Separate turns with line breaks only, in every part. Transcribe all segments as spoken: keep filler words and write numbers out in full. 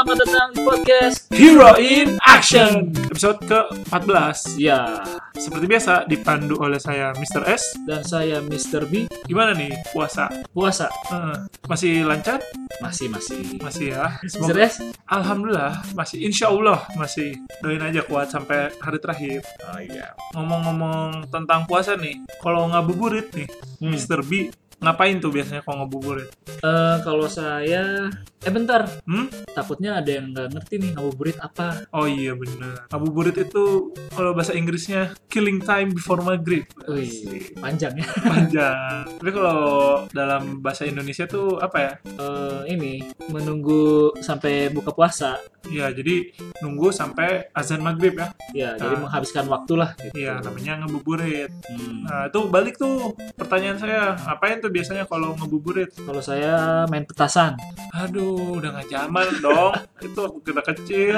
selamat datang di podcast
Hero in Action episode ke empat belas.
Ya,
Seperti biasa dipandu oleh saya mister S.
dan saya mister B.
Gimana nih puasa?
Puasa
Eh, masih lancar?
masih masih.
Masih ya.
mister
Semoga-
S?
Alhamdulillah masih, insya Allah masih. Doain aja kuat sampai hari terakhir.
Oh iya.
Ngomong-ngomong tentang puasa nih, kalau ngabuburit nih,
Hmm.
mister B ngapain tuh biasanya kalau ngabuburit?
Eh, kalau saya, eh bentar,
Hmm?
takutnya ada yang nggak ngerti nih ngabuburit apa.
Oh iya bener. Ngabuburit itu kalau bahasa Inggrisnya killing time before maghrib.
Wih, panjang ya.
Panjang. Tapi kalau dalam bahasa Indonesia tuh apa ya?
Eh, ini menunggu sampai buka puasa.
Ya, jadi nunggu sampai azan maghrib ya.
Ya, jadi
Ah.
menghabiskan waktu lah. Gitu.
Iya, namanya ngabuburit.
Hmm.
Nah, itu balik tuh pertanyaan saya. Ngapain tuh biasanya kalau ngabuburit?
Kalau saya main petasan.
Aduh, udah gak zaman dong. Itu aku kita kecil.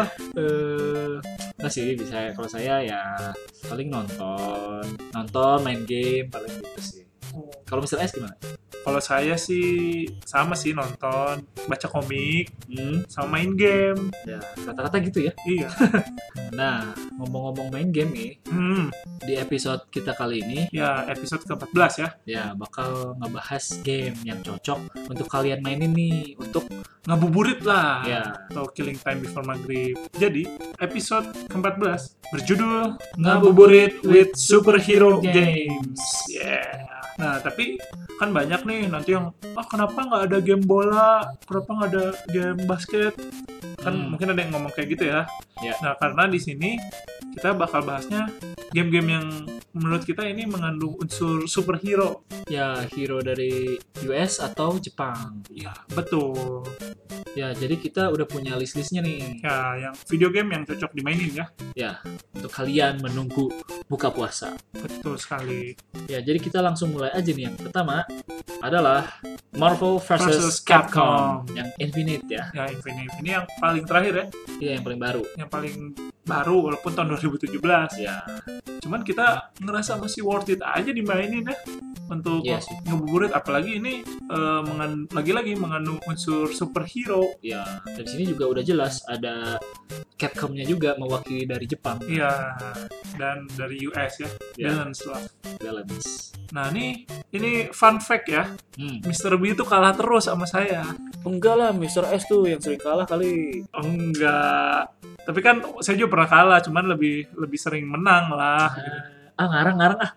Eh, nggak sih, bisa. Kalau saya ya paling nonton, nonton, main game, paling gitu sih. Kalau mister S gimana?
Kalau saya sih sama sih nonton, baca komik,
Hmm,
sama main game.
ya kata-kata gitu ya.
Iya.
Nah, ngomong-ngomong main game nih,
Hmm,
di episode kita kali ini
ya episode ke empat belas ya.
ya bakal ngebahas game yang cocok untuk kalian mainin nih untuk
Ngabuburit lah.
ya
Atau killing time before maghrib. Jadi, episode ke empat belas berjudul
Ngabuburit with
Superhero
Games.
Games. Yeah. Nah, tapi kan banyak nih nanti yang, ah kenapa nggak ada game bola? Kenapa nggak ada game basket? Kan
Hmm.
mungkin ada yang ngomong kayak gitu ya.
Ya.
Nah, karena di sini kita bakal bahasnya game-game yang menurut kita ini mengandung unsur superhero.
ya hero dari U S atau Jepang.
Ya, betul.
Ya, jadi kita udah punya list-listnya nih.
Ya, yang video game yang cocok dimainin ya.
Ya, untuk kalian menunggu buka puasa.
Betul sekali.
Ya, jadi kita langsung mulai aja nih. Yang pertama adalah Marvel versus,
Versus
Capcom.
Capcom.
Yang Infinite ya.
Ya, Infinite ini yang paling terakhir ya.
Iya, yang paling baru.
Yang paling baru walaupun tahun dua ribu tujuh belas.
Ya,
Cuman kita ngerasa masih worth it aja dimainin ya untuk
Iya sih.
ngebuburit, apalagi ini eh, mengan- lagi-lagi mengandung unsur superhero.
ya. Dari sini juga udah jelas ada Capcom-nya juga mewakili dari Jepang.
Iya, dan dari U S ya.
Ya,
Balance lah.
balance.
Nah, ini ini fun fact ya.
Hmm.
mister B itu kalah terus sama saya.
Enggak lah, mister S tuh yang sering kalah kali.
Enggak. Tapi kan saya juga pernah kalah, cuman lebih lebih sering menang lah.
Ah, ngarang-ngarang ah.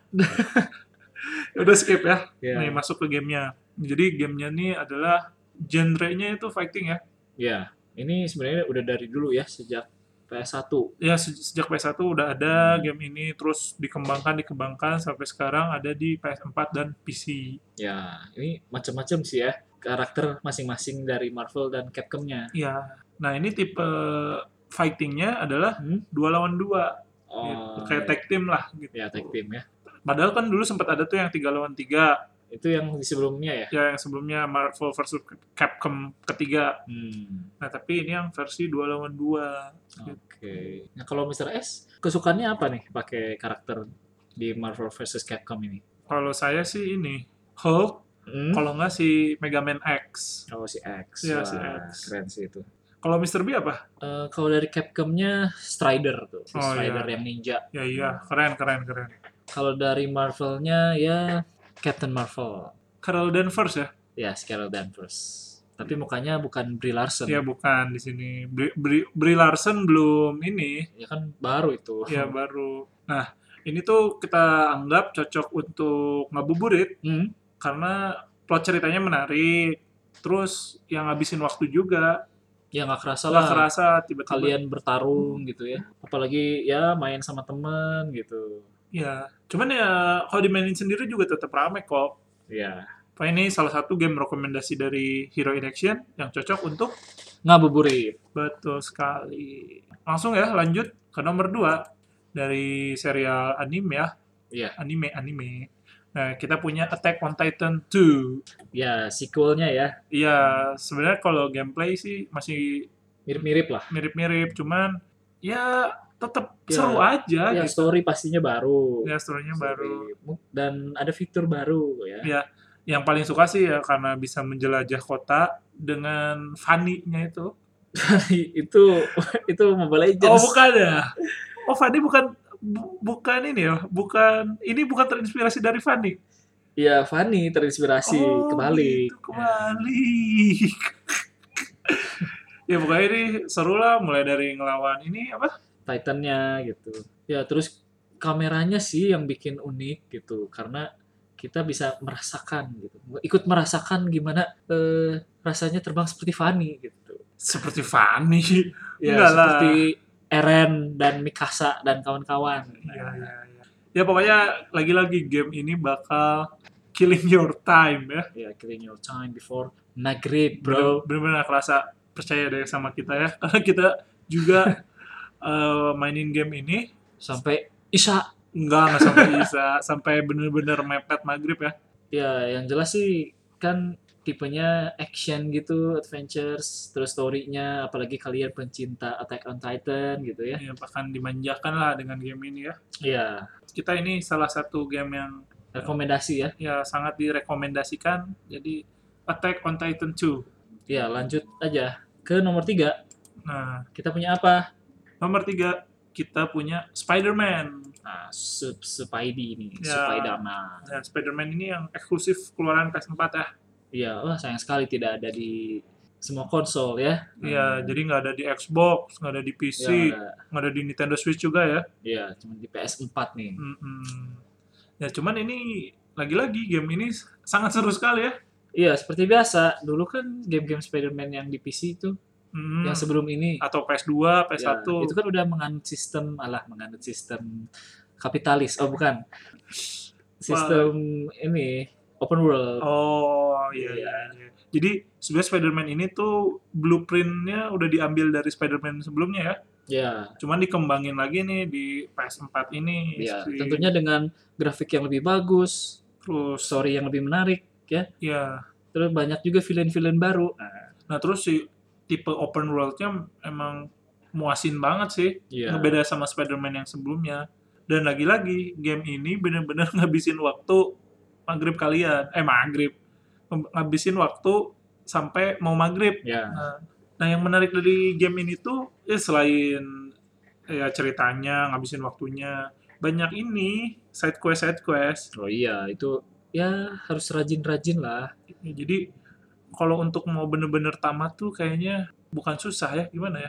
Udah skip ya.
Ya.
Nih masuk ke gamenya. Jadi gamenya nih adalah genre-nya itu fighting ya.
Ya, ini sebenarnya udah dari dulu ya, sejak P S satu.
Ya se- sejak P S satu udah ada game ini, terus dikembangkan dikembangkan sampai sekarang ada di P S empat dan P C.
Ya, ini macam-macam sih ya karakter masing-masing dari Marvel dan Capcom-nya.
Ya. Nah, ini tipe fightingnya adalah
Hmm?
dua lawan dua.
Oh,
Gitu. Kayak tag team lah gitu.
ya tag team ya.
Padahal kan dulu sempat ada tuh yang tiga lawan tiga.
Itu yang di sebelumnya ya.
Ya yang sebelumnya Marvel versus Capcom ketiga.
Hmm.
Nah, tapi ini yang versi dua lawan dua.
Oke. Nah, kalau mister S, kesukaannya apa nih pakai karakter di Marvel versus Capcom ini?
Kalau saya sih ini Hulk,
Hmm?
kalau nggak si Mega Man X.
Oh, si X.
Iya,
Wah,
si X.
keren sih itu.
Kalau mister B apa?
Eh, kalau dari Capcom-nya Strider tuh, si
Oh,
Strider
iya.
yang ninja.
Ya iya, keren keren keren.
Kalau dari Marvel-nya ya Captain Marvel.
Carol Danvers ya?
Ya, Carol Danvers. Tapi mukanya bukan Brie Larson.
Ya bukan di sini. Brie, Brie, Brie Larson belum ini,
Ya kan baru itu.
ya baru. Nah, ini tuh kita anggap cocok untuk ngabuburit
Hmm?
karena plot ceritanya menarik. Terus yang ngabisin waktu juga.
Ya nggak kerasa
Nggak
lah
kerasa tiba-tiba.
kalian bertarung gitu ya. Apalagi ya main sama temen gitu.
Ya, cuman ya kalau dimainin sendiri juga tetap rame kok.
Ya.
Pak, ini salah satu game rekomendasi dari Hero in Action yang cocok untuk
Ngabuburit.
betul sekali. Langsung ya lanjut ke nomor dua dari serial anime ya.
Iya.
Anime, anime. Nah, kita punya Attack on Titan dua.
Ya, sequelnya ya.
Iya, sebenarnya kalau gameplay sih masih
Mirip-mirip lah.
mirip-mirip, cuman ya tetap
Ya,
seru aja
Ya,
gitu.
story pastinya baru.
Ya, story-nya baru.
Story. Dan ada fitur baru ya.
Ya, yang paling suka sih ya karena bisa menjelajah kota dengan funny-nya itu.
itu itu Mobile
Oh,
Legends.
bukan ya? Oh, Fanny bukan bu- bukan ini ya? Bukan ini bukan terinspirasi dari Fanny.
Ya, Fanny terinspirasi
Oh,
kebalik.
gitu
Ya,
kembali. Ya pokoknya ini seru lah mulai dari ngelawan ini apa?
Titannya gitu. Ya, terus kameranya sih yang bikin unik gitu karena kita bisa merasakan gitu. Ikut merasakan gimana eh, rasanya terbang seperti Fanny gitu.
Seperti Fanny.
Ya,
Enggak lah.
seperti Eren dan Mikasa dan kawan-kawan.
Iya,
Nah,
iya, iya. Ya pokoknya lagi-lagi game ini bakal killing your time ya.
ya, killing your time before maghrib,
Bener-
bro.
Bener-bener gak kerasa percaya deh sama kita ya. Karena kita juga eh, mainin game ini
Sampai Isya.
enggak nggak sampai bisa sampai bener-bener mepet maghrib ya.
Ya, yang jelas sih kan tipenya action gitu, adventures, terus story-nya, apalagi kalian pencinta Attack on Titan gitu ya.
Ya bahkan dimanjakan lah dengan game ini ya.
Iya,
Kita ini salah satu game yang
rekomendasi ya.
ya sangat direkomendasikan. Jadi Attack on Titan two.
Ya, lanjut aja ke nomor tiga.
Nah,
Kita punya apa?
nomor tiga kita punya Spider-Man.
Nah, Sup Spidey ini,
Ya.
Spider-Man.
Nah, Spider-Man ini yang eksklusif keluaran P S four ya.
Iya, wah sayang sekali tidak ada di semua konsol ya.
Iya,
Hmm,
jadi nggak ada di Xbox, nggak ada di P C,
ya, ada-
nggak ada di Nintendo Switch juga ya.
iya, cuma di P S four nih.
Mm-mm. Ya, cuman ini lagi-lagi game ini sangat seru sekali ya.
Iya, seperti biasa. Dulu kan game-game Spider-Man yang di P C itu,
Mm.
yang sebelum ini,
Atau P S two, P S
ya,
one.
itu kan udah menganut sistem, alah, menganut sistem kapitalis. Oh, bukan. Sistem ini, open world.
Oh, iya,
Iya.
iya, iya. Jadi sebenarnya Spider-Man ini tuh blueprint-nya udah diambil dari Spider-Man sebelumnya ya.
Ya,
Cuman dikembangin lagi nih di P S four ini.
ya,
Si-
tentunya dengan grafik yang lebih bagus,
Terus,
story yang lebih menarik, ya.
ya.
Terus banyak juga villain-villain baru. Nah,
Nah, terus si tipe open world-nya emang muasin banget sih.
iya.
Beda sama Spider-Man yang sebelumnya. Dan lagi-lagi, game ini bener-bener ngabisin waktu maghrib kalian. Eh, maghrib. Ngabisin waktu sampai mau maghrib.
Ya,
Nah, nah, yang menarik dari game ini tuh, ya selain ya ceritanya, ngabisin waktunya, banyak ini, side quest, side quest.
oh iya, itu ya harus rajin-rajin lah.
Ya, jadi, kalau untuk mau bener-bener tamat tuh kayaknya bukan susah ya, gimana ya?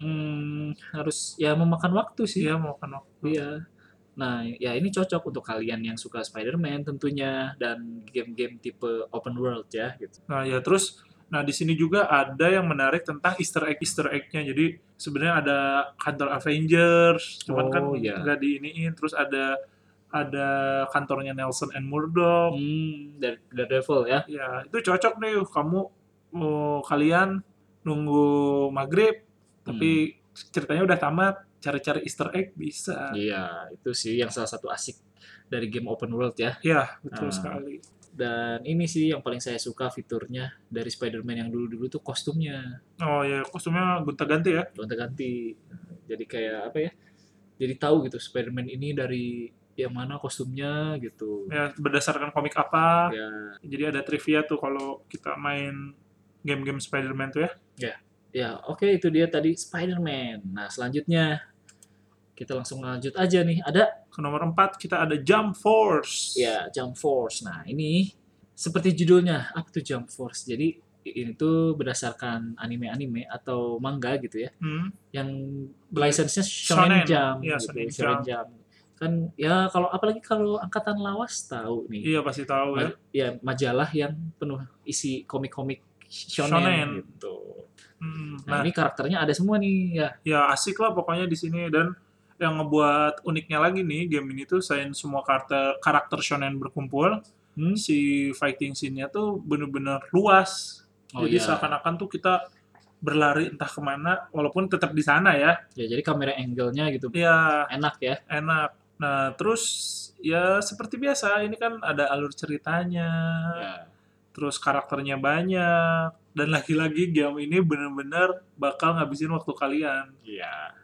Hmm, harus ya memakan waktu sih.
Iya, mau kan waktu.
Iya. Nah, ya ini cocok untuk kalian yang suka Spider-Man tentunya dan game-game tipe open world ya gitu.
Nah, ya terus nah di sini juga ada yang menarik tentang Easter egg Easter egg-nya. Jadi sebenarnya ada kantor Avengers, cuman kan
Oh, iya.
nggak diiniin. Terus ada ada kantornya Nelson and Murdoch.
Hmm, dari Daredevil ya.
Ya, itu cocok nih kamu oh, kalian nunggu maghrib tapi ceritanya udah tamat, cari-cari Easter egg bisa.
Iya, itu sih yang salah satu asik dari game open world ya.
Ya, betul
Ah.
sekali.
Dan ini sih yang paling saya suka fiturnya dari Spider-Man yang dulu-dulu tuh kostumnya.
Oh ya, kostumnya gonta-ganti ya.
Gonta-ganti. Jadi kayak apa ya? Jadi tahu gitu Spider-Man ini dari yang mana kostumnya gitu.
Ya, berdasarkan komik apa.
Ya,
Jadi ada trivia tuh kalau kita main game-game Spider-Man tuh ya.
ya oke itu dia tadi Spider-Man. Nah, selanjutnya kita langsung lanjut aja nih. Ada
Ke nomor empat kita ada Jump Force.
ya Jump Force. Nah, ini seperti judulnya, apa tuh Jump Force? Jadi ini tuh berdasarkan anime-anime atau manga gitu ya,
Hmm.
yang license-nya Shonen
Shonen.
Jump,
Iya,
gitu,
Shonen
Shonen Jump. Kan ya kalau apalagi kalau angkatan lawas tahu nih,
Iya pasti tahu ya.
Ma- ya majalah yang penuh isi komik-komik shonen,
Shonen.
gitu.
Hmm.
Nah,
Nah,
ini karakternya ada semua nih ya.
ya asik lah pokoknya di sini. Dan yang ngebuat uniknya lagi nih game ini tuh selain semua karakter karakter shonen berkumpul,
Hmm?
si fighting scene-nya tuh bener-bener luas.
Oh,
Jadi
iya.
seakan-akan tuh kita berlari entah kemana, walaupun tetap di sana ya.
Ya jadi kamera angle-nya gitu
Ya
enak ya.
enak. Nah terus ya seperti biasa ini kan ada alur ceritanya,
Ya.
terus karakternya banyak, dan lagi-lagi game ini bener-bener bakal ngabisin waktu kalian.
Iya.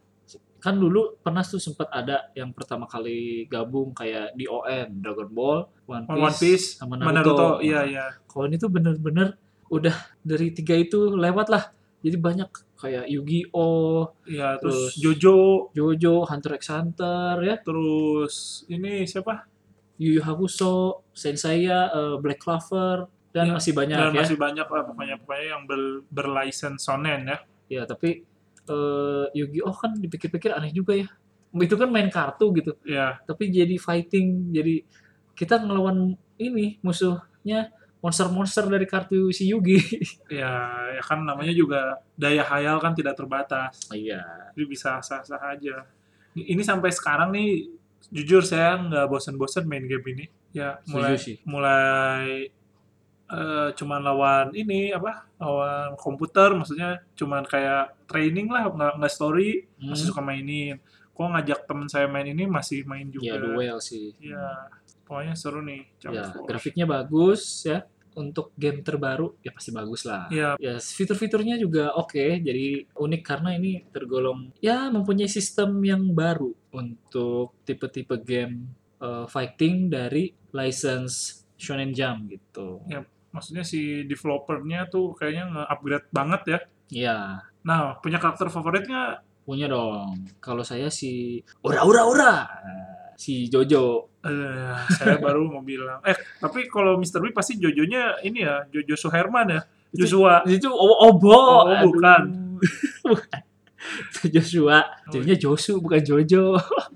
Kan dulu pernah tuh sempat ada yang pertama kali gabung kayak D O N, Dragon Ball, One Piece,
One Piece,
sama
sama
Naruto.
Naruto, iya
Nah,
iya.
kalau ini tuh bener-bener udah dari tiga itu lewat lah. Jadi banyak kayak Yu-Gi-Oh,
Ya, terus
terus
Jojo,
JoJo, Hunter x Hunter ya,
terus ini siapa?
Yu Yu Hakusho, Saint Seiya, eh, Black Clover, dan
Ya,
masih banyak
dan
ya.
masih banyak lah pokoknya pokoknya yang ber, berlicense shonen ya.
Ya, tapi eh, Yu-Gi-Oh kan dipikir-pikir aneh juga ya. Itu kan main kartu gitu,
Ya,
tapi jadi fighting, jadi kita ngelawan ini musuhnya monster-monster dari kartu si Yugi.
ya, ya kan namanya juga daya hayal kan tidak terbatas.
Iya,
Jadi bisa sah-sah aja. Ini sampai sekarang nih, jujur saya nggak bosen-bosen main game ini. Ya,
setuju
mulai
sih.
mulai eh, cuman lawan ini apa? Lawan komputer, maksudnya cuman kayak training lah, nggak nggak story, masih
Hmm,
suka mainin. Kok ngajak temen saya main ini masih main
ya
juga.
duel sih.
Ya, pokoknya seru nih, Jump
Ya,
Force.
grafiknya bagus ya. Untuk game terbaru ya pasti bagus lah.
Ya,
Ya, fitur-fiturnya juga oke, jadi unik karena ini tergolong ya mempunyai sistem yang baru untuk tipe-tipe game eh, fighting dari license Shonen Jump gitu.
ya, maksudnya si developernya tuh kayaknya nge-upgrade banget ya.
Ya,
Nah, punya karakter favorit nggak?
punya dong. Kalau saya si ora ora ora, Nah, si Jojo.
Eh, saya baru mau bilang. Eh, tapi kalau mister B pasti Jojonya ini ya, Jojo Suherman ya.
Itu
Joshua.
itu oh, obo,
Oh,
aduh.
bukan.
Bukan. Itu Joshua.
Oh,
Jadinya Josu bukan Jojo.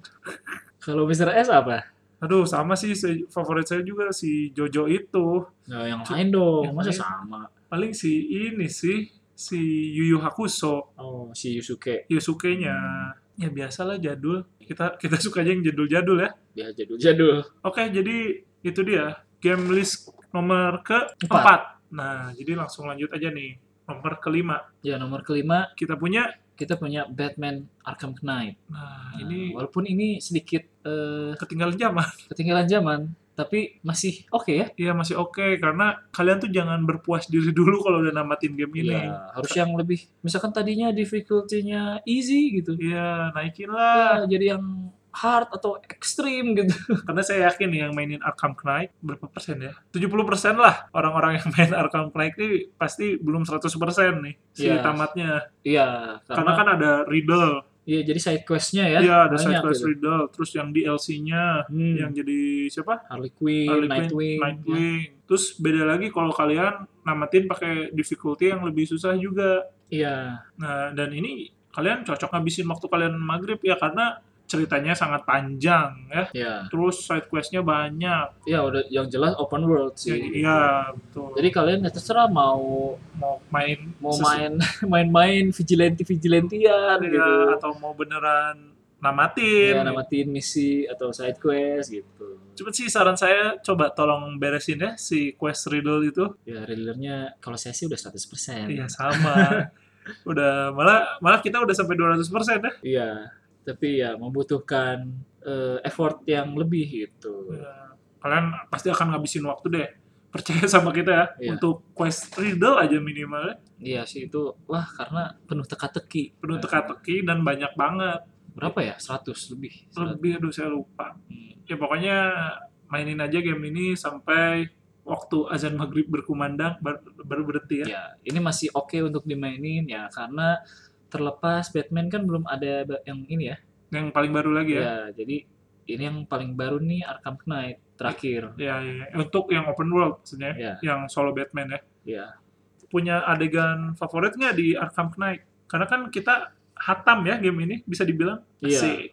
Kalau mister S apa?
Aduh, sama sih se- favorit saya juga si Jojo itu.
Nah, yang
Cu-
lain dong.
yang
Masa
lain.
sama?
Paling si ini sih, si Yu Yu Hakusho,
Oh, si Yusuke.
Yusuke-nya. Ya biasalah jadul. Kita kita suka aja yang jadul-jadul ya.
Dia jadul-jadul.
Oke, jadi itu dia game list nomor
Empat.
keempat. Nah, jadi langsung lanjut aja nih. Nomor kelima.
Ya, nomor kelima
Kita punya,
kita punya Batman Arkham Knight.
nah
Nah,
ini
walaupun ini sedikit eh,
ketinggalan zaman.
ketinggalan zaman, tapi masih oke ya.
Iya masih oke, karena kalian tuh jangan berpuas diri dulu kalau udah namatin game ini.
Ya, harus yang lebih, misalkan tadinya difficulty-nya easy gitu.
Iya, naikin lah.
Ya, jadi yang hard atau ekstrim gitu.
Karena saya yakin nih yang mainin Arkham Knight, berapa persen ya? tujuh puluh persen lah orang-orang yang main Arkham Knight ini pasti belum seratus persen nih si
Iya.
tamatnya.
Iya,
Karena
karena
kan ada Riddle.
iya jadi side quest-nya ya.
Iya, ada side
banyak
quest
gitu.
Riddle. Terus yang D L C-nya,
Hmm.
yang jadi siapa?
Harley Quinn,
Harley Quinn,
Nightwing.
Nightwing. Terus beda lagi kalau kalian namatin pakai difficulty yang lebih susah juga.
Iya.
Nah, dan ini kalian cocok ngabisin waktu kalian maghrib ya, karena ceritanya sangat panjang ya.
Iya.
Terus side quest-nya banyak.
Iya, udah yang jelas open world
Ya,
sih.
iya, betul.
Jadi kalian ya terserah mau
mau main
mau
sesu-
main main-main vigilante-vigilantian
ya,
gitu.
atau mau beneran namatin.
Ya, namatin misi atau side quest gitu.
Cuma sih saran saya coba tolong beresin ya si quest riddle itu.
Ya, riddlernya kalau saya sih udah seratus persen.
Iya, sama. Udah malah malah kita udah sampai dua ratus persen ya.
Iya, tapi ya membutuhkan eh, effort yang lebih gitu.
Ya, kalian pasti akan ngabisin waktu deh. Percaya sama kita ya.
Iya.
Untuk quest riddle aja minimalnya.
Iya sih itu, wah karena penuh teka-teki.
Penuh teka-teki dan banyak banget.
Berapa ya? seratus lebih. seratus.
Lebih, aduh saya lupa.
Hmm.
Ya pokoknya mainin aja game ini sampai waktu azan maghrib berkumandang bar- baru berhenti ya.
Ya, ini masih oke untuk dimainin ya karena terlepas Batman kan belum ada ba- yang ini ya.
Yang paling baru lagi ya.
Ya, jadi ini yang paling baru nih Arkham Knight terakhir.
Ya, ya, ya. Untuk yang open world maksudnya,
Ya.
yang solo Batman ya.
Ya,
Punya adegan favorit nggak di Arkham Knight? Karena kan kita hatam ya game ini, bisa dibilang.
Iya.
Asik.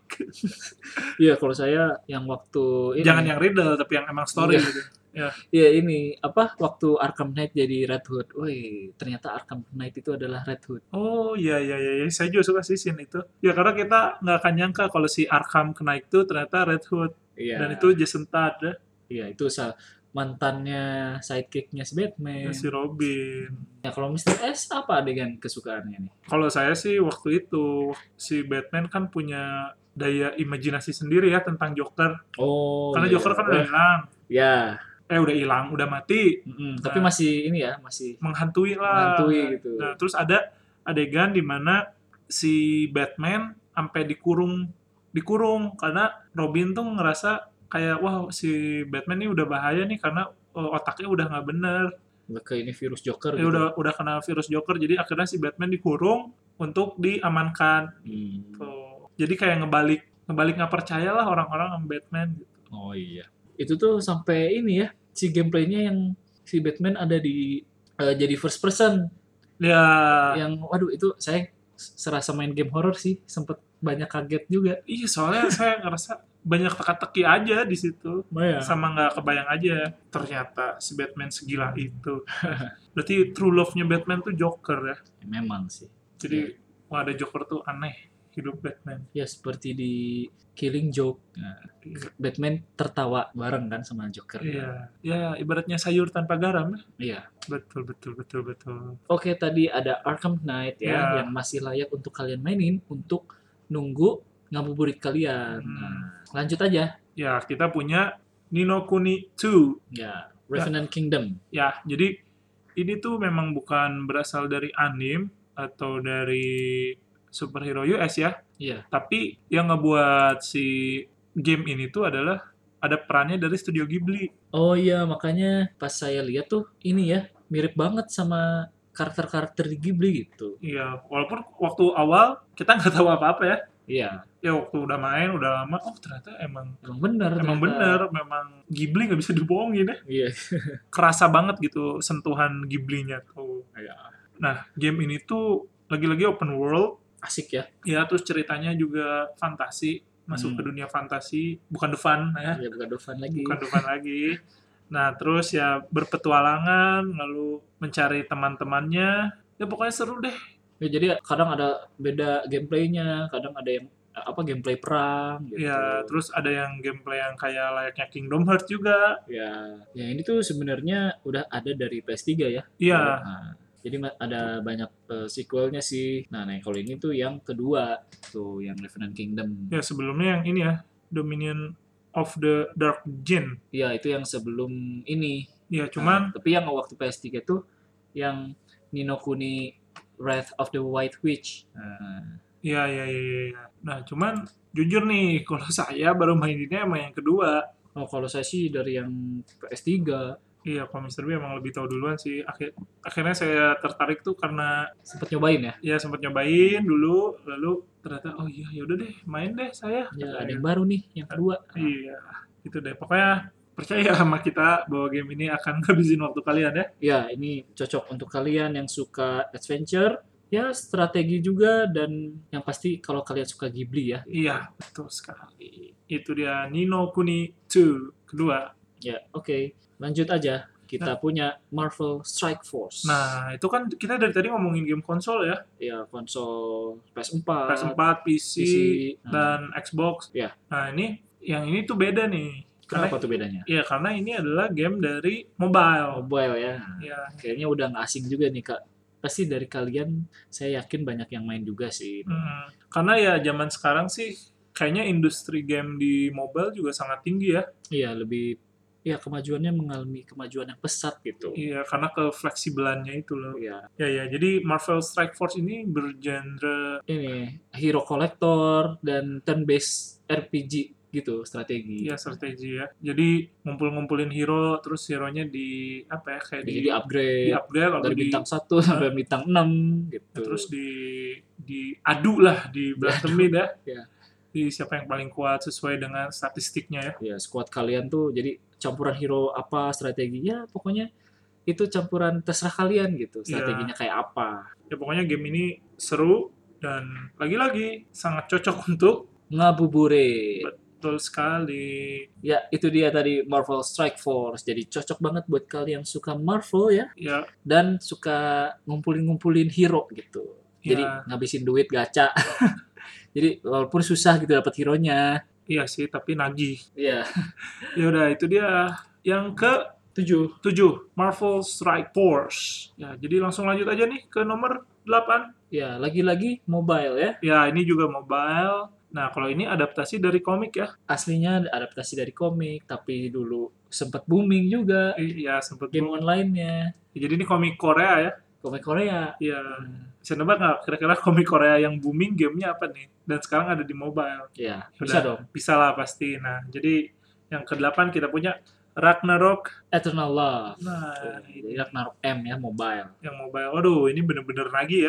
iya kalau saya yang waktu ini.
Jangan yang riddle, tapi yang emang story
Iya.
gitu. Ya.
Iya ini apa waktu Arkham Knight jadi Red Hood. Woi, ternyata Arkham Knight itu adalah Red Hood.
Oh iya iya iya, iya. Saya juga suka sih scene itu. Ya karena kita nggak akan nyangka kalau si Arkham Knight itu ternyata Red Hood.
Iya.
Dan itu Jason Todd ya,
Iya, itu sa- mantannya sidekicknya si Batman.
si Robin.
Ya kalau mister S apa adegan kesukaannya nih?
Kalau saya sih waktu itu si Batman kan punya daya imajinasi sendiri ya tentang Joker.
Oh.
Karena
iya.
Joker kan udah hilang.
Ya,
Eh udah hilang, udah mati.
mm-mm,
Nah.
tapi masih ini ya, masih
Menghantui lah.
menghantui gitu.
Nah, terus ada adegan di mana si Batman sampai dikurung dikurung karena Robin tuh ngerasa kayak wah si Batman ini udah bahaya nih karena uh, otaknya udah nggak bener.
Ke ini virus Joker
Ya
gitu.
udah udah kena virus Joker, jadi akhirnya si Batman dikurung untuk diamankan.
Hmm.
Tuh. Jadi kayak ngebalik ngebalik nggak percaya lah orang-orang sama Batman gitu.
Oh iya. Itu tuh sampai ini ya, si gameplaynya yang si Batman ada di eh, jadi first person.
Ya,
Yang waduh itu saya serasa main game horror sih, sempet banyak kaget juga.
iya soalnya saya ngerasa banyak teka-teki aja di situ.
Oh ya.
Sama nggak kebayang aja ternyata si Batman segila itu. Berarti true love-nya Batman tuh Joker ya.
Memang sih.
Jadi wah ada Joker tuh aneh hidup Batman.
Ya seperti di Killing Joke. Nah, Batman tertawa bareng kan sama Joker.
Iya, ya ibaratnya sayur tanpa garam ya.
Iya.
Betul, betul, betul, betul.
Oke, tadi ada Arkham Knight ya,
Ya.
yang masih layak untuk kalian mainin untuk nunggu ngabuburit kalian.
Hmm.
Nah, lanjut aja.
Ya, kita punya Ni no Kuni two.
Ya, Revenant Kingdom.
Ya, jadi ini tuh memang bukan berasal dari anime atau dari superhero U S ya.
Iya.
Tapi yang ngebuat si game ini tuh adalah ada perannya dari Studio Ghibli.
Oh iya, makanya pas saya lihat tuh ini ya, mirip banget sama karakter-karakter di Ghibli gitu.
Iya, walaupun waktu awal kita nggak tahu apa-apa ya.
Iya,
Ya waktu udah main, udah lama, oh ternyata emang
emang bener.
emang
ternyata.
bener, memang Ghibli nggak bisa dibohongin ya.
Iya.
Kerasa banget gitu sentuhan Ghibli-nya tuh.
Iya.
Nah, game ini tuh lagi-lagi open world.
Asik ya.
Ya, terus ceritanya juga fantasi. Masuk
Hmm.
ke dunia fantasi. Bukan The Fun ya.
Ya bukan Dofan lagi.
Bukan The Fun lagi. Nah, terus ya berpetualangan, lalu mencari teman-temannya. Ya pokoknya seru deh.
Ya, jadi kadang ada beda gameplaynya, kadang ada yang eh, apa gameplay perang gitu.
Ya, terus ada yang gameplay yang kayak layaknya Kingdom Hearts juga.
Ya, ya ini tuh sebenarnya udah ada dari P S tiga ya.
Iya.
Nah, jadi ma- ada banyak eh, sequelnya sih. Nah, nah kalau ini tuh yang kedua tuh yang Revenant Kingdom.
Ya, sebelumnya yang ini ya, Dominion of the Dark Djinn.
Ya, itu yang sebelum ini.
Ya,
Nah,
cuman
tapi yang waktu P S tiga tuh yang Ni no Kuni Wrath of the White Witch. Nah,
ya, ya, ya, ya, ya. Nah, cuman jujur nih, kalau saya baru maininnya emang yang kedua.
oh kalau saya sih dari yang P S tiga
Iya, kalau mister B emang lebih tahu duluan sih. Akhir, akhirnya saya tertarik tuh karena
sempet nyobain ya.
ya sempat nyobain dulu, lalu ternyata oh iya yaudah deh, main deh saya.
Ya, ada yang baru nih, yang kedua.
Iya, itu deh. Pokoknya percaya sama kita bahwa game ini akan ngabisin waktu kalian ya.
Ya, ini cocok untuk kalian yang suka adventure, ya strategi juga, dan yang pasti kalau kalian suka Ghibli ya.
Iya, betul sekali. Itu dia Ni no Kuni two kedua.
Ya, oke. Lanjut aja. Kita punya Marvel Strike Force.
Nah, itu kan kita dari tadi ngomongin game konsol ya.
Ya, konsol P S four,
P S four, P C,
P C,
dan Xbox.
Ya.
Nah, ini yang ini tuh beda nih.
Kenapa tuh bedanya?
Iya, karena ini adalah game dari mobile.
Mobile ya.
Ya,
Kayaknya udah nggak asing juga nih, Kak. Pasti dari kalian, saya yakin banyak yang main juga sih.
hmm. Karena ya zaman sekarang sih kayaknya industri game di mobile juga sangat tinggi ya.
Iya, lebih ya kemajuannya mengalami kemajuan yang pesat gitu.
Iya, karena kefleksibelannya itu loh.
Iya.
Ya, ya. Jadi Marvel Strike Force ini bergenre
Ini hero collector dan turn based R P G gitu, strategi.
ya strategi ya. Jadi ngumpul-ngumpulin hero, terus hero-nya di apa ya kayak di,
Jadi upgrade,
di upgrade lalu
dari
di
bintang satu sampai bintang enam gitu.
terus di diadu lah, di berantemin ya.
Ya.
Di siapa yang paling kuat sesuai dengan statistiknya ya.
Ya, squad kalian tuh jadi campuran hero apa strateginya, pokoknya itu campuran terserah kalian gitu, strateginya kayak apa.
Ya pokoknya game ini seru dan lagi-lagi sangat cocok untuk
Ngabuburit.
betul sekali.
Ya, itu dia tadi Marvel Strike Force. Jadi cocok banget buat kalian yang suka Marvel ya,
Ya,
dan suka ngumpulin-ngumpulin hero gitu. Jadi
Ya.
ngabisin duit gacha. Jadi walaupun susah gitu dapat hero-nya.
iya sih, tapi nagih.
Iya.
Ya udah, itu dia yang ke
Tujuh.
tujuh, Marvel Strike Force. Ya, jadi langsung lanjut aja nih ke nomor delapan.
Ya, lagi-lagi mobile ya.
Ya, ini juga mobile. Nah, kalau ini adaptasi dari komik ya.
Aslinya adaptasi dari komik, tapi dulu sempat booming juga
Iya, sempet
game
boom.
online-nya.
Jadi ini komik Korea ya.
Komik Korea.
Iya. Bisa nebak nggak kira-kira komik Korea yang booming gamenya apa nih? Dan sekarang ada di mobile.
Ya,
Udah,
bisa dong.
Bisa lah pasti. Nah, jadi yang kedelapan kita punya Ragnarok.
Eternal Love.
Nah,
Jadi Ragnarok M ya, mobile.
yang mobile. Waduh, ini bener-bener nagih ya.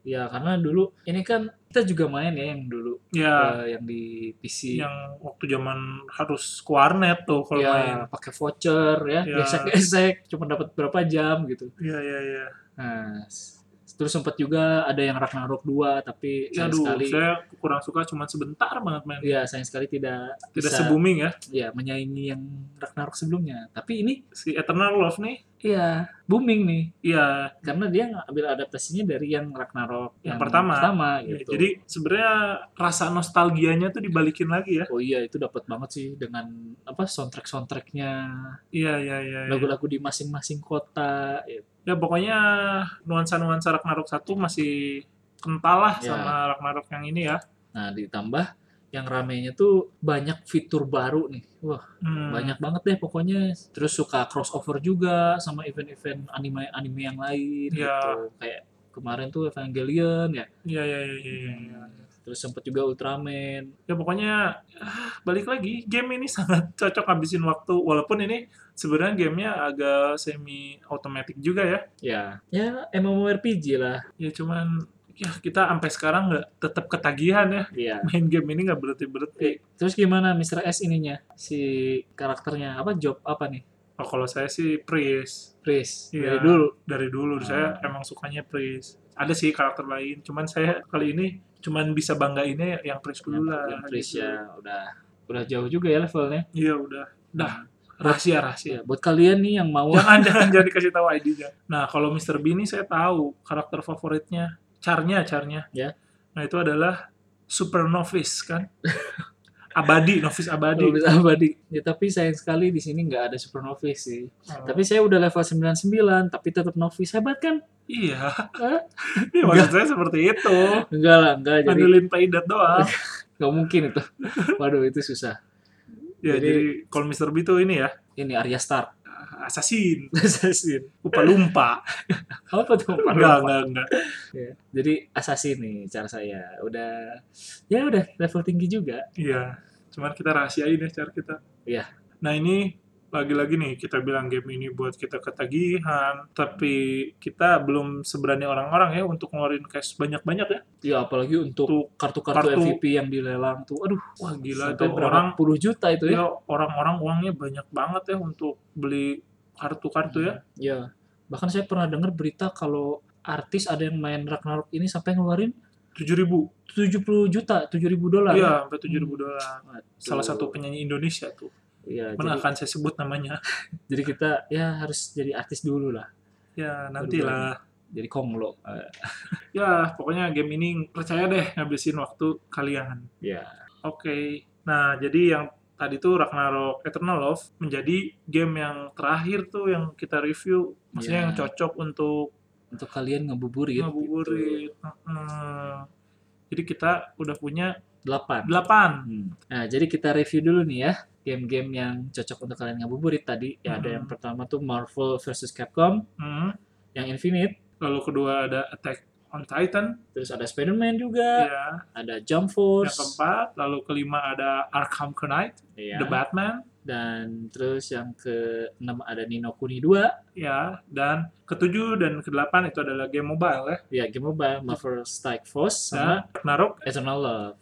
Ya karena dulu ini kan kita juga main ya yang dulu
Ya,
eh, yang di P C.
yang waktu zaman harus ke warnet tuh kalau main.
Ya pakai voucher ya,
Ya,
gesek-gesek cuma dapat berapa jam gitu.
ya, ya, ya.
Nah, s- terus sempat juga ada yang Ragnarok dua tapi
Ya,
sayang
aduh,
sekali
saya kurang suka cuma sebentar banget mainnya.
ya sayang sekali tidak
Tidak
bisa
se-booming ya.
ya menyaingi yang Ragnarok sebelumnya. Tapi ini
Si Eternal Love nih,
iya booming nih
ya
karena dia ngambil adaptasinya dari yang Ragnarok
yang
yang
pertama.
pertama
Ya,
gitu.
jadi sebenarnya rasa nostalgianya tuh dibalikin lagi ya.
Oh iya itu dapat banget sih dengan apa soundtrack soundtracknya
Iya, iya, iya, iya.
lagu-lagu di masing-masing kota. Ya,
Ya pokoknya nuansa-nuansa Ragnarok satu masih kental lah
ya.
sama Ragnarok yang ini ya.
Nah ditambah yang ramenya tuh banyak fitur baru nih. Wah
Hmm,
banyak banget deh pokoknya. Terus suka crossover juga sama event-event anime anime yang lain gitu.
ya,
Kayak kemarin tuh Evangelion ya.
iya, iya, iya, iya, iya.
Hmm, terus sempet juga Ultraman.
Ya pokoknya ah, balik lagi game ini sangat cocok habisin waktu walaupun ini sebenarnya gamenya agak semi otomatis juga ya.
Ya, ya MMORPG lah.
Ya cuman ya kita sampai sekarang nggak tetap ketagihan ya
Iya.
main game ini nggak berhenti berhenti.
Eh, terus gimana mister S ininya? Si karakternya apa job apa nih?
Oh, kalau saya sih Priest.
Pris
Iya,
dari dulu.
dari dulu saya
Ah.
emang sukanya Priest. Ada sih karakter lain, cuman saya kali ini cuman bisa banggainnya yang Priest
Yang,
dulu lah.
yang Pris
gitu.
ya udah udah jauh juga ya levelnya.
Iya udah, dah
Hmm.
rahasia rahasia.
Ya, buat kalian nih yang mau
Jangan jangan jangan dikasih tahu I D-nya. Nah kalau mister B ini saya tahu karakter favoritnya, carnya carnya.
Ya.
Nah itu adalah Super Novice kan, abadi, novice abadi.
kalau bisa abadi. Ya tapi sayang sekali di sini nggak ada super novice sih.
Oh,
Tapi saya udah level sembilan puluh sembilan tapi tetap novice hebat kan?
iya,
Hah?
iya maksud saya seperti itu.
Enggak lah, enggak jadi
Ngandelin playdead doang.
nggak mungkin itu. Waduh itu susah.
Ya
Jadi-
jadi, kalau mister B tuh ini ya,
Ini Arya Stark.
assassin,
Assassin.
lupa-lumpa.
Apa tuh?
Enggak, enggak, enggak.
Ya, jadi assassin nih cara saya. Udah ya udah level tinggi juga.
Iya, cuman kita rahasiain ya cara kita.
Iya.
Nah ini lagi-lagi nih kita bilang game ini buat kita ketagihan, tapi kita belum seberani orang-orang ya untuk ngeluarin cash banyak-banyak ya.
Ya apalagi untuk
Tuh,
kartu-kartu
kartu-
M V P yang dilelang tuh. Aduh,
wah gila
sampai
itu
berapa
orang,
puluh juta itu ya.
ya orang-orang uangnya banyak banget ya untuk beli kartu-kartu ya.
Ya. Bahkan saya pernah dengar berita kalau artis ada yang main Ragnarok ini sampai ngeluarin
tujuh ribu.
tujuh puluh juta, tujuh ribu dolar.
Iya, sampai tujuh ribu dolar.
Waduh.
Salah satu penyanyi Indonesia tuh.
Iya,
Mana
jadi,
akan saya sebut namanya?
jadi kita ya harus jadi artis dulu lah.
Ya, nantilah.
Jadi konglo. Eh,
Ya, pokoknya game ini percaya deh ngabisin waktu kalian.
ya.
Oke. Nah, jadi yang tadi tuh Ragnarok Eternal Love menjadi game yang terakhir tuh yang kita review. Maksudnya
Ya.
yang cocok untuk
Untuk kalian ngebuburit.
ngabuburit. Heeh. Jadi kita udah punya
delapan.
delapan.
Hmm. Nah, jadi kita review dulu nih ya game-game yang cocok untuk kalian ngabuburit tadi. Ya ada
Hmm.
yang pertama tuh Marvel versus Capcom,
Hmm.
yang Infinite,
Lalu kedua ada Attack on Titan.
terus ada Spider-Man juga,
Ya.
ada Jump
Yang
Force,
keempat. Lalu kelima ada Arkham Knight.
ya.
The Batman.
Dan terus yang keenam ada Nino Kuni dua,
Ya. Dan ketujuh dan kedelapan itu adalah game mobile ya.
ya game mobile Marvel Strike Force
Dan
sama
Ragnarok.
Eternal Love.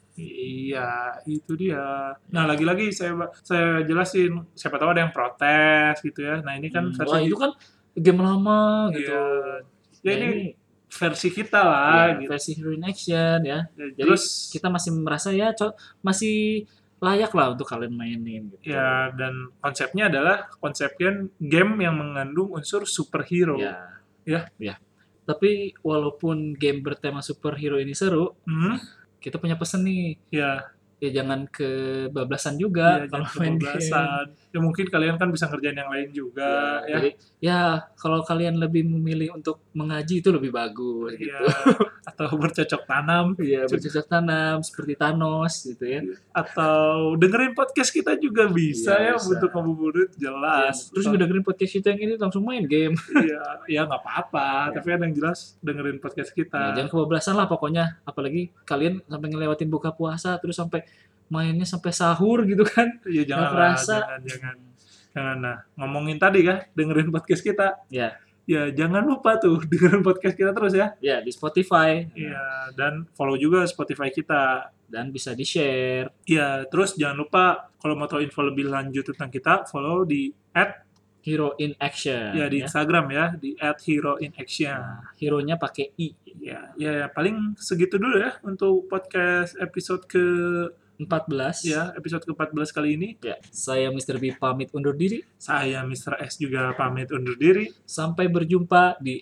Iya, itu dia. Nah, lagi-lagi saya saya jelasin, siapa tahu ada yang protes gitu ya. Nah, ini kan
Hmm,
versi
wah itu kan game lama gitu.
Iya. Ya
Nah,
ini
ini
versi kita lah
ya,
gitu.
versi Hero in Action ya.
Ya,
Jadi
terus
kita masih merasa ya co- masih layak lah untuk kalian mainin gitu.
ya dan konsepnya adalah konsepnya game yang mengandung unsur superhero.
Ya.
Ya.
Ya. Tapi walaupun game bertema superhero ini seru,
Hmm,
kita punya pesen nih.
ya,
Ya jangan kebablasan juga
ya
kalau
jangan
main game.
kebablasan. Ya mungkin kalian kan bisa ngerjain yang lain juga ya.
Jadi ya kalau kalian lebih memilih untuk mengaji itu lebih bagus
Ya,
gitu.
atau bercocok tanam
Iya, bercocok tanam seperti Thanos gitu ya.
atau dengerin podcast kita juga bisa
Iya,
ya
bisa.
untuk ngabuburit jelas.
Terus ngedengerin podcast kita yang ini langsung main game.
Iya, ya nggak apa-apa.
Ya.
Tapi ada yang jelas dengerin podcast kita.
Ya, jangan kebablasan lah pokoknya. Apalagi kalian sampai ngelewatin buka puasa terus sampai mainnya sampai sahur gitu kan.
Iya, jangan
Nggak
lah,
kerasa.
jangan, jangan, jangan. Nah, ngomongin tadi kan, dengerin podcast kita.
Ya.
Ya, jangan lupa tuh dengerin podcast kita terus ya.
Ya, di Spotify.
Iya, dan follow juga Spotify kita.
Dan bisa di-share.
Iya, terus jangan lupa kalau mau tahu info lebih lanjut tentang kita, follow di at
Hero in Action.
ya di Instagram ya, di at hero in action.
Nah, hero-nya pakai I.
Ya, ya, ya, paling segitu dulu ya untuk podcast episode ke
empat belas.
ya, episode ke empat belas kali ini.
Ya, saya mister B pamit undur diri.
Saya mister S juga pamit undur diri.
Sampai berjumpa di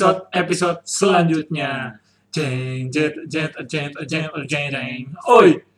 Episode-episode selanjutnya. Jeng jet jet jet jet jet jeng. Oi.